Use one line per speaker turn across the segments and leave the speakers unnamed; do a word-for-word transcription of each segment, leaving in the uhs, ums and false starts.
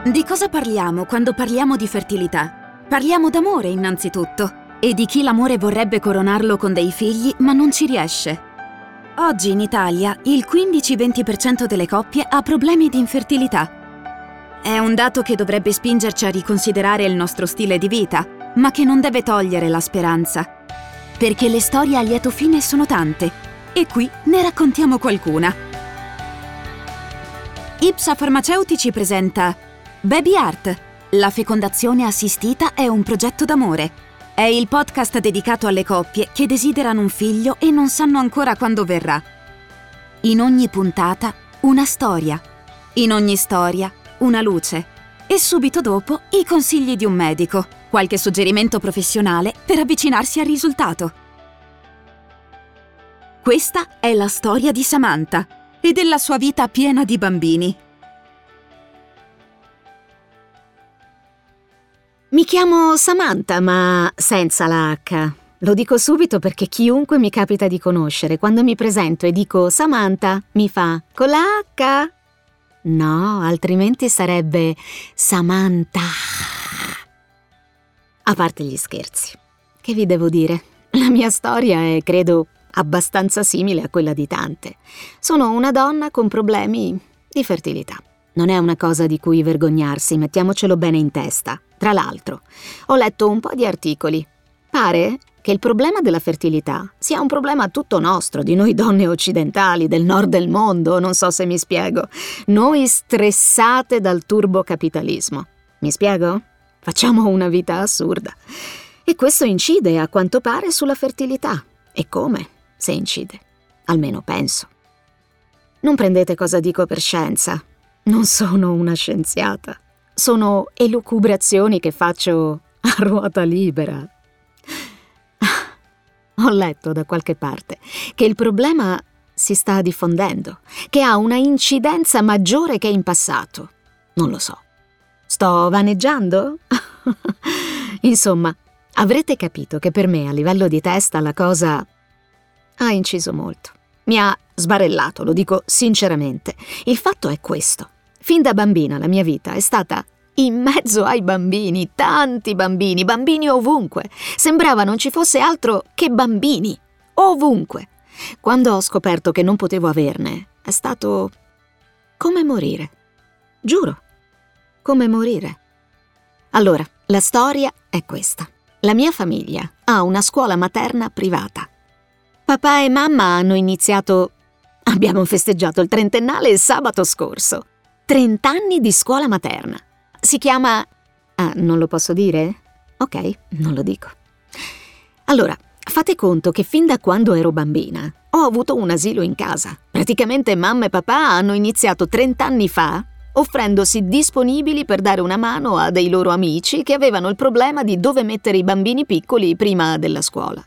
Di cosa parliamo quando parliamo di fertilità? Parliamo d'amore innanzitutto e di chi l'amore vorrebbe coronarlo con dei figli ma non ci riesce. Oggi in Italia il quindici-venti per cento delle coppie ha problemi di infertilità. È un dato che dovrebbe spingerci a riconsiderare il nostro stile di vita, ma che non deve togliere la speranza. Perché le storie a lieto fine sono tante e qui ne raccontiamo qualcuna. Ipsa Farmaceutici presenta Baby Art. La fecondazione assistita è un progetto d'amore. È il podcast dedicato alle coppie che desiderano un figlio e non sanno ancora quando verrà. In ogni puntata una storia. In ogni storia una luce. E subito dopo i consigli di un medico, qualche suggerimento professionale per avvicinarsi al risultato. Questa è la storia di Samantha e della sua vita piena di bambini.
Mi chiamo Samantha, ma senza la H. Lo dico subito perché chiunque mi capita di conoscere, quando mi presento e dico Samantha, mi fa con la H? No, altrimenti sarebbe Samantha. A parte gli scherzi, che vi devo dire? La mia storia è, credo, abbastanza simile a quella di tante. Sono una donna con problemi di fertilità. Non è una cosa di cui vergognarsi, mettiamocelo bene in testa. Tra l'altro, ho letto un po' di articoli. Pare che il problema della fertilità sia un problema tutto nostro, di noi donne occidentali, del nord del mondo, non so se mi spiego. Noi stressate dal turbocapitalismo. Mi spiego? Facciamo una vita assurda. E questo incide, a quanto pare, sulla fertilità. E come, se incide? Almeno penso. Non prendete cosa dico per scienza. Non sono una scienziata. Sono elucubrazioni che faccio a ruota libera. Ho letto da qualche parte che il problema si sta diffondendo, che ha una incidenza maggiore che in passato. Non lo so. Sto vaneggiando? Insomma, avrete capito che per me a livello di testa la cosa ha inciso molto. Mi ha sbarellato, lo dico sinceramente. Il fatto è questo. Fin da bambina la mia vita è stata in mezzo ai bambini, tanti bambini, bambini ovunque. Sembrava non ci fosse altro che bambini, ovunque. Quando ho scoperto che non potevo averne, è stato come morire. Giuro, come morire. Allora, la storia è questa. La mia famiglia ha una scuola materna privata. Papà e mamma hanno iniziato... Abbiamo festeggiato il trentennale il sabato scorso. trent'anni di scuola materna. Si chiama... Ah, non lo posso dire? Ok, non lo dico. Allora, fate conto che fin da quando ero bambina ho avuto un asilo in casa. Praticamente mamma e papà hanno iniziato trent'anni fa offrendosi disponibili per dare una mano a dei loro amici che avevano il problema di dove mettere i bambini piccoli prima della scuola.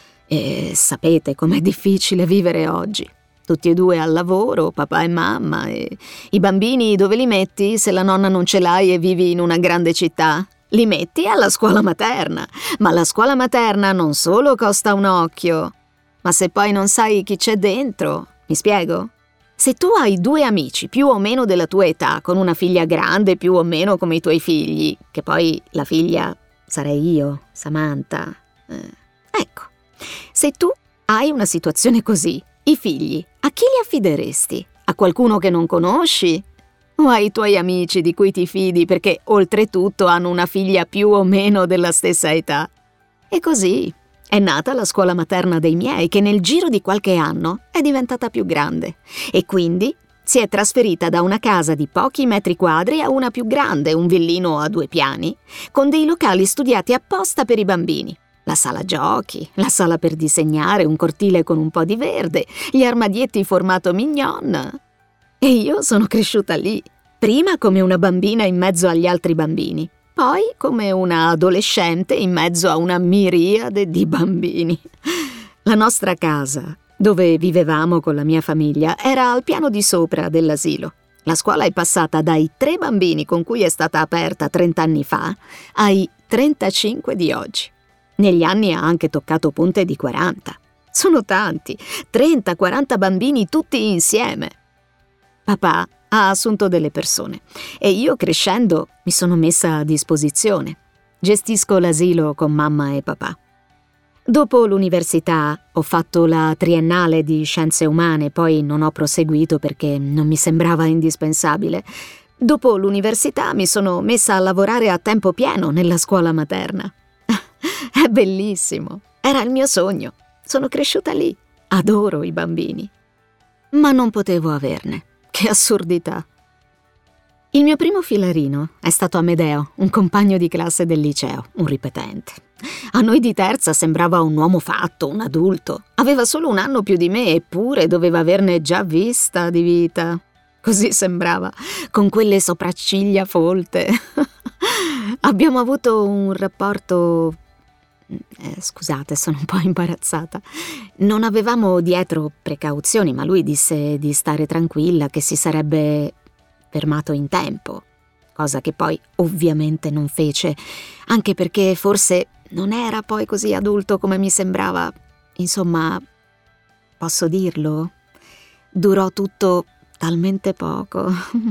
E sapete com'è difficile vivere oggi. Tutti e due al lavoro, papà e mamma, e i bambini dove li metti se la nonna non ce l'hai e vivi in una grande città? Li metti alla scuola materna, ma la scuola materna non solo costa un occhio, ma se poi non sai chi c'è dentro, mi spiego? Se tu hai due amici più o meno della tua età, con una figlia grande più o meno come i tuoi figli, che poi la figlia sarei io, Samantha, eh, ecco, se tu hai una situazione così, i figli, a chi li affideresti? A qualcuno che non conosci? O ai tuoi amici di cui ti fidi perché oltretutto hanno una figlia più o meno della stessa età? E così è nata la scuola materna dei miei, che nel giro di qualche anno è diventata più grande e quindi si è trasferita da una casa di pochi metri quadri a una più grande, un villino a due piani, con dei locali studiati apposta per i bambini. La sala giochi, la sala per disegnare, un cortile con un po' di verde, gli armadietti formato mignon. E io sono cresciuta lì, prima come una bambina in mezzo agli altri bambini, poi come una adolescente in mezzo a una miriade di bambini. La nostra casa, dove vivevamo con la mia famiglia, era al piano di sopra dell'asilo. La scuola è passata dai tre bambini con cui è stata aperta trent'anni fa ai trentacinque di oggi. Negli anni ha anche toccato punte di quaranta. Sono tanti, trenta quaranta bambini tutti insieme. Papà ha assunto delle persone e io, crescendo, mi sono messa a disposizione. Gestisco l'asilo con mamma e papà. Dopo l'università ho fatto la triennale di scienze umane, poi non ho proseguito perché non mi sembrava indispensabile. Dopo l'università mi sono messa a lavorare a tempo pieno nella scuola materna. È bellissimo, era il mio sogno. Sono cresciuta lì, adoro i bambini. Ma non potevo averne. Che assurdità. Il mio primo filarino è stato Amedeo, un compagno di classe del liceo, un ripetente. A noi di terza sembrava un uomo fatto, un adulto. Aveva solo un anno più di me, eppure doveva averne già vista di vita. Così sembrava, con quelle sopracciglia folte. Abbiamo avuto un rapporto... Eh, scusate, sono un po' imbarazzata. Non avevamo dietro precauzioni, ma lui disse di stare tranquilla, che si sarebbe fermato in tempo, cosa che poi ovviamente non fece, anche perché forse non era poi così adulto come mi sembrava. Insomma, posso dirlo? Durò tutto talmente poco.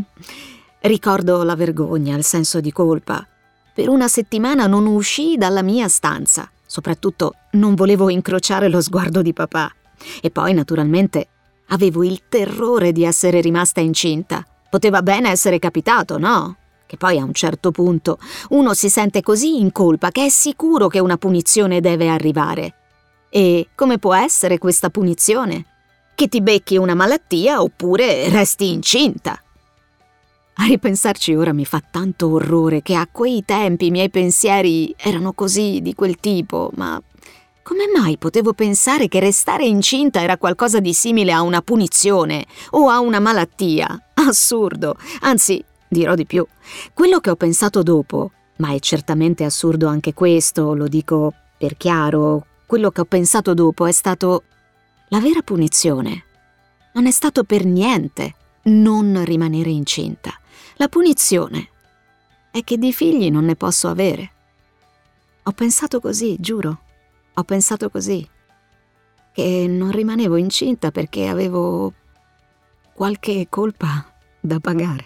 Ricordo la vergogna, il senso di colpa. Per una settimana non uscii dalla mia stanza, soprattutto non volevo incrociare lo sguardo di papà. E poi, naturalmente, avevo il terrore di essere rimasta incinta. Poteva bene essere capitato, no? Che poi a un certo punto uno si sente così in colpa che è sicuro che una punizione deve arrivare. E come può essere questa punizione? Che ti becchi una malattia oppure resti incinta. A ripensarci ora mi fa tanto orrore che a quei tempi i miei pensieri erano così, di quel tipo, ma come mai potevo pensare che restare incinta era qualcosa di simile a una punizione o a una malattia? Assurdo, anzi, dirò di più. Quello che ho pensato dopo, ma è certamente assurdo anche questo, lo dico per chiaro, quello che ho pensato dopo è stato: la vera punizione non è stato per niente non rimanere incinta. La punizione è che di figli non ne posso avere. Ho pensato così, giuro. Ho pensato così. Che non rimanevo incinta perché avevo qualche colpa da pagare.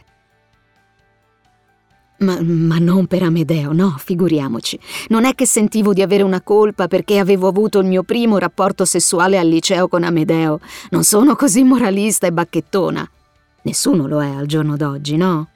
Ma, ma non per Amedeo, no, figuriamoci. Non è che sentivo di avere una colpa perché avevo avuto il mio primo rapporto sessuale al liceo con Amedeo. Non sono così moralista e bacchettona. Nessuno lo è al giorno d'oggi, no?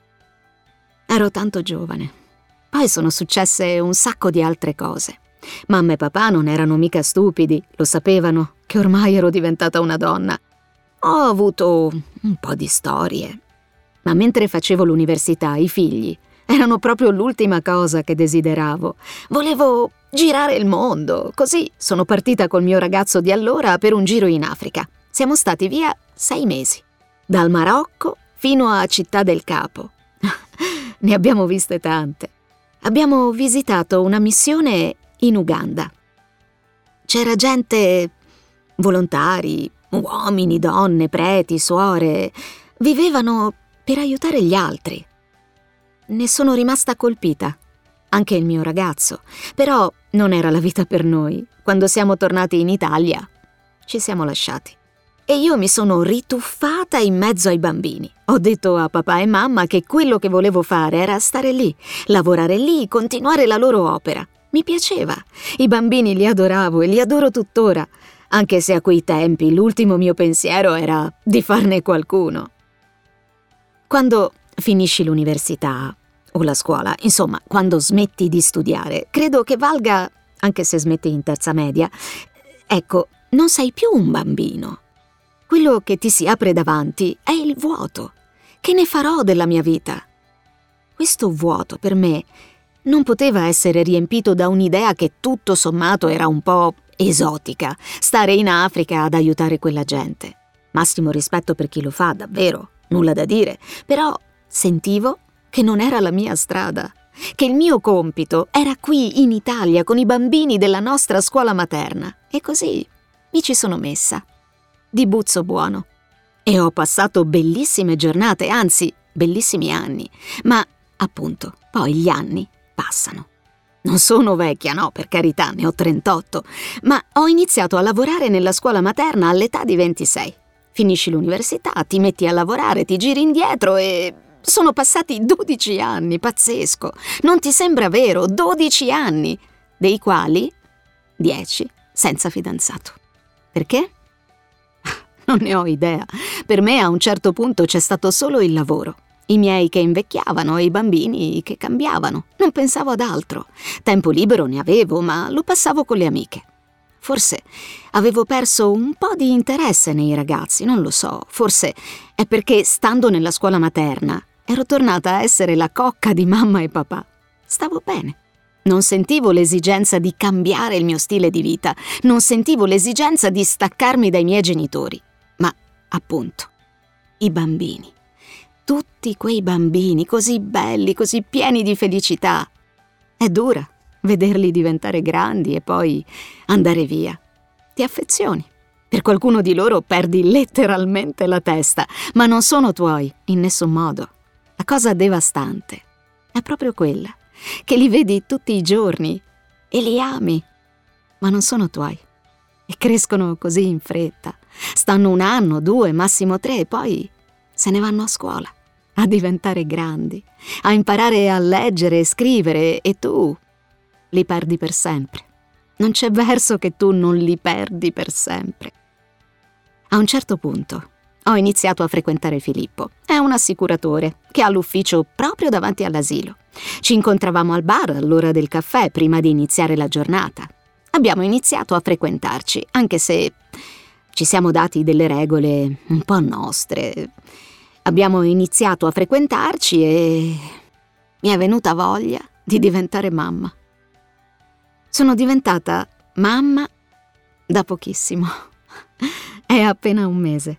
Ero tanto giovane. Poi sono successe un sacco di altre cose. Mamma e papà non erano mica stupidi, lo sapevano che ormai ero diventata una donna. Ho avuto un po' di storie. Ma mentre facevo l'università, i figli erano proprio l'ultima cosa che desideravo. Volevo girare il mondo. Così sono partita col mio ragazzo di allora per un giro in Africa. Siamo stati via sei mesi. Dal Marocco fino a Città del Capo. Ne abbiamo viste tante. Abbiamo visitato una missione in Uganda. C'era gente, volontari, uomini, donne, preti, suore. Vivevano per aiutare gli altri. Ne sono rimasta colpita. Anche il mio ragazzo. Però non era la vita per noi. Quando siamo tornati in Italia, ci siamo lasciati. E io mi sono rituffata in mezzo ai bambini. Ho detto a papà e mamma che quello che volevo fare era stare lì, lavorare lì, continuare la loro opera. Mi piaceva. I bambini li adoravo e li adoro tuttora, anche se a quei tempi l'ultimo mio pensiero era di farne qualcuno. Quando finisci l'università o la scuola, insomma, quando smetti di studiare, credo che valga, anche se smetti in terza media, ecco, non sei più un bambino. Quello che ti si apre davanti è il vuoto. Che ne farò della mia vita? Questo vuoto, per me, non poteva essere riempito da un'idea che tutto sommato era un po' esotica, stare in Africa ad aiutare quella gente. Massimo rispetto per chi lo fa, davvero, nulla da dire, però sentivo che non era la mia strada, che il mio compito era qui in Italia con i bambini della nostra scuola materna. E così mi ci sono messa. Di buzzo buono. E ho passato bellissime giornate, anzi, bellissimi anni. Ma, appunto, poi gli anni passano. Non sono vecchia, no, per carità, ne ho trentotto, ma ho iniziato a lavorare nella scuola materna all'età di ventisei. Finisci l'università, ti metti a lavorare, ti giri indietro e... Sono passati dodici anni, pazzesco. Non ti sembra vero? dodici anni, dei quali dieci senza fidanzato. Perché? Non ne ho idea. Per me a un certo punto c'è stato solo il lavoro. I miei che invecchiavano e i bambini che cambiavano. Non pensavo ad altro. Tempo libero ne avevo, ma lo passavo con le amiche. Forse avevo perso un po' di interesse nei ragazzi, non lo so. Forse è perché, stando nella scuola materna, ero tornata a essere la cocca di mamma e papà. Stavo bene. Non sentivo l'esigenza di cambiare il mio stile di vita. Non sentivo l'esigenza di staccarmi dai miei genitori. Ma, appunto, i bambini. Tutti quei bambini così belli, così pieni di felicità. È dura vederli diventare grandi e poi andare via. Ti affezioni. Per qualcuno di loro perdi letteralmente la testa, ma non sono tuoi, in nessun modo. La cosa devastante è proprio quella, che li vedi tutti i giorni e li ami, ma non sono tuoi. E crescono così in fretta. Stanno un anno, due, massimo tre, e poi se ne vanno a scuola, a diventare grandi, a imparare a leggere e scrivere, e tu li perdi per sempre. Non c'è verso che tu non li perdi per sempre. A un certo punto ho iniziato a frequentare Filippo. È un assicuratore che ha l'ufficio proprio davanti all'asilo. Ci incontravamo al bar all'ora del caffè prima di iniziare la giornata. Abbiamo iniziato a frequentarci, anche se ci siamo dati delle regole un po' nostre. Abbiamo iniziato a frequentarci e mi è venuta voglia di diventare mamma. Sono diventata mamma da pochissimo. È appena un mese.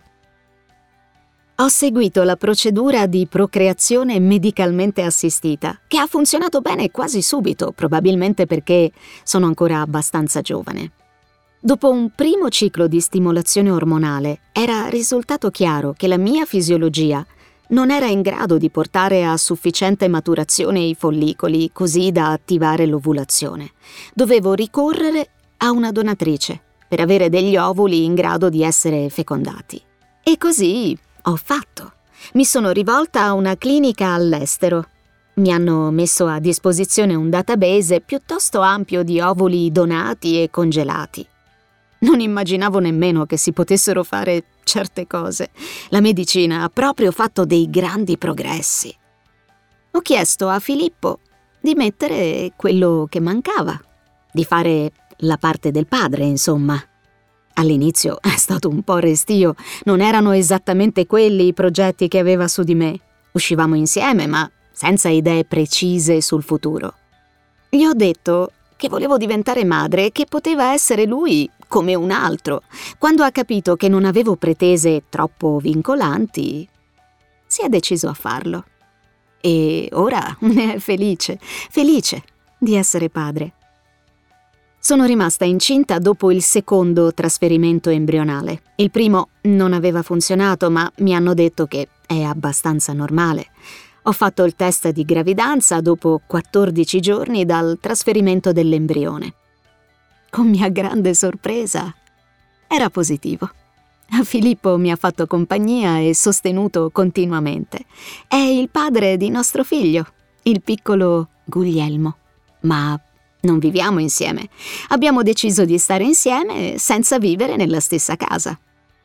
Ho seguito la procedura di procreazione medicalmente assistita, che ha funzionato bene quasi subito, probabilmente perché sono ancora abbastanza giovane. Dopo un primo ciclo di stimolazione ormonale, era risultato chiaro che la mia fisiologia non era in grado di portare a sufficiente maturazione i follicoli così da attivare l'ovulazione. Dovevo ricorrere a una donatrice per avere degli ovuli in grado di essere fecondati. E così ho fatto. Mi sono rivolta a una clinica all'estero. Mi hanno messo a disposizione un database piuttosto ampio di ovuli donati e congelati. Non immaginavo nemmeno che si potessero fare certe cose. La medicina ha proprio fatto dei grandi progressi. Ho chiesto a Filippo di mettere quello che mancava, di fare la parte del padre, insomma. All'inizio è stato un po' restio, non erano esattamente quelli i progetti che aveva su di me. Uscivamo insieme, ma senza idee precise sul futuro. Gli ho detto che volevo diventare madre e che poteva essere lui come un altro. Quando ha capito che non avevo pretese troppo vincolanti, si è deciso a farlo. E ora ne è felice, felice di essere padre. Sono rimasta incinta dopo il secondo trasferimento embrionale. Il primo non aveva funzionato, ma mi hanno detto che è abbastanza normale. Ho fatto il test di gravidanza dopo quattordici giorni dal trasferimento dell'embrione. Con mia grande sorpresa, era positivo. Filippo mi ha fatto compagnia e sostenuto continuamente. È il padre di nostro figlio, il piccolo Guglielmo. Ma non viviamo insieme. Abbiamo deciso di stare insieme senza vivere nella stessa casa.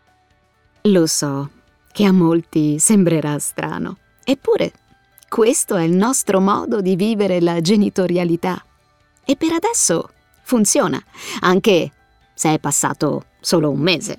Lo so che a molti sembrerà strano, eppure questo è il nostro modo di vivere la genitorialità. E per adesso funziona, anche se è passato solo un mese.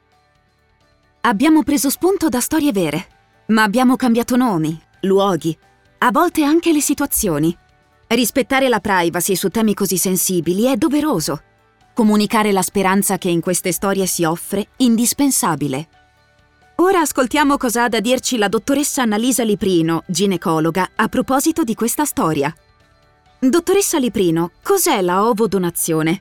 Abbiamo preso spunto da storie vere, ma abbiamo cambiato nomi, luoghi, a volte anche le situazioni. Rispettare la privacy su temi così sensibili è doveroso. Comunicare la speranza che in queste storie si offre, indispensabile. Ora ascoltiamo cosa ha da dirci la dottoressa Annalisa Liprino, ginecologa, a proposito di questa storia. Dottoressa Liprino, cos'è la ovodonazione?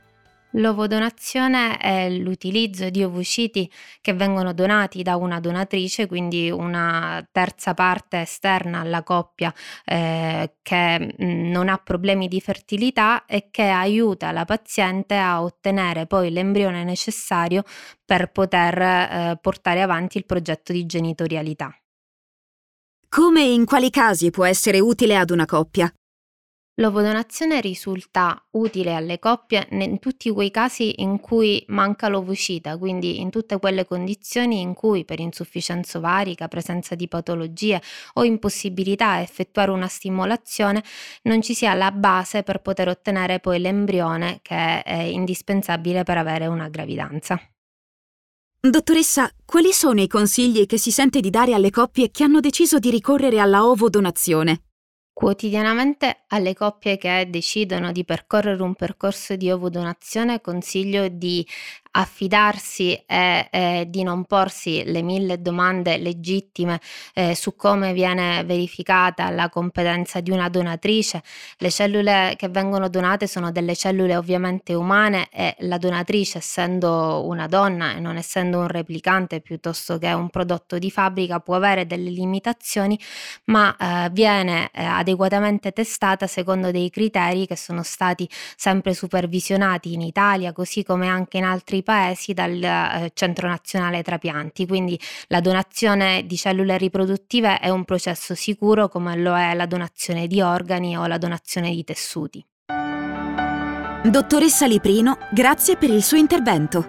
L'ovodonazione è l'utilizzo di ovociti che vengono donati da una donatrice, quindi una terza parte esterna alla coppia eh, che mh, non ha problemi di fertilità e che aiuta la paziente a ottenere poi l'embrione necessario per poter eh, portare avanti il progetto di genitorialità.
Come e in quali casi può essere utile ad una coppia?
L'ovodonazione risulta utile alle coppie in tutti quei casi in cui manca l'ovocita, quindi in tutte quelle condizioni in cui per insufficienza ovarica, presenza di patologie o impossibilità a effettuare una stimolazione non ci sia la base per poter ottenere poi l'embrione che è indispensabile per avere una gravidanza.
Dottoressa, quali sono i consigli che si sente di dare alle coppie che hanno deciso di ricorrere alla ovodonazione?
Quotidianamente alle coppie che decidono di percorrere un percorso di ovodonazione consiglio di affidarsi e, e di non porsi le mille domande legittime eh, su come viene verificata la competenza di una donatrice. Le cellule che vengono donate sono delle cellule ovviamente umane e la donatrice, essendo una donna e non essendo un replicante piuttosto che un prodotto di fabbrica, può avere delle limitazioni, ma eh, viene eh, adeguatamente testata secondo dei criteri che sono stati sempre supervisionati in Italia, così come anche in altri paesi dal eh, Centro Nazionale Trapianti. Quindi la donazione di cellule riproduttive è un processo sicuro come lo è la donazione di organi o la donazione di tessuti.
Dottoressa Liprino, grazie per il suo intervento.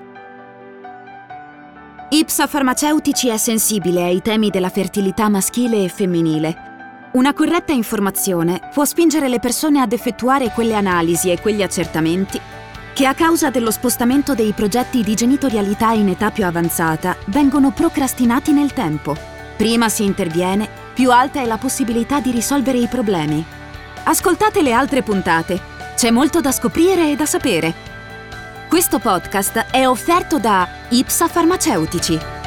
Ipsa Farmaceutici è sensibile ai temi della fertilità maschile e femminile. Una corretta informazione può spingere le persone ad effettuare quelle analisi e quegli accertamenti che a causa dello spostamento dei progetti di genitorialità in età più avanzata vengono procrastinati nel tempo. Prima si interviene, più alta è la possibilità di risolvere i problemi. Ascoltate le altre puntate, c'è molto da scoprire e da sapere. Questo podcast è offerto da Ipsa Farmaceutici.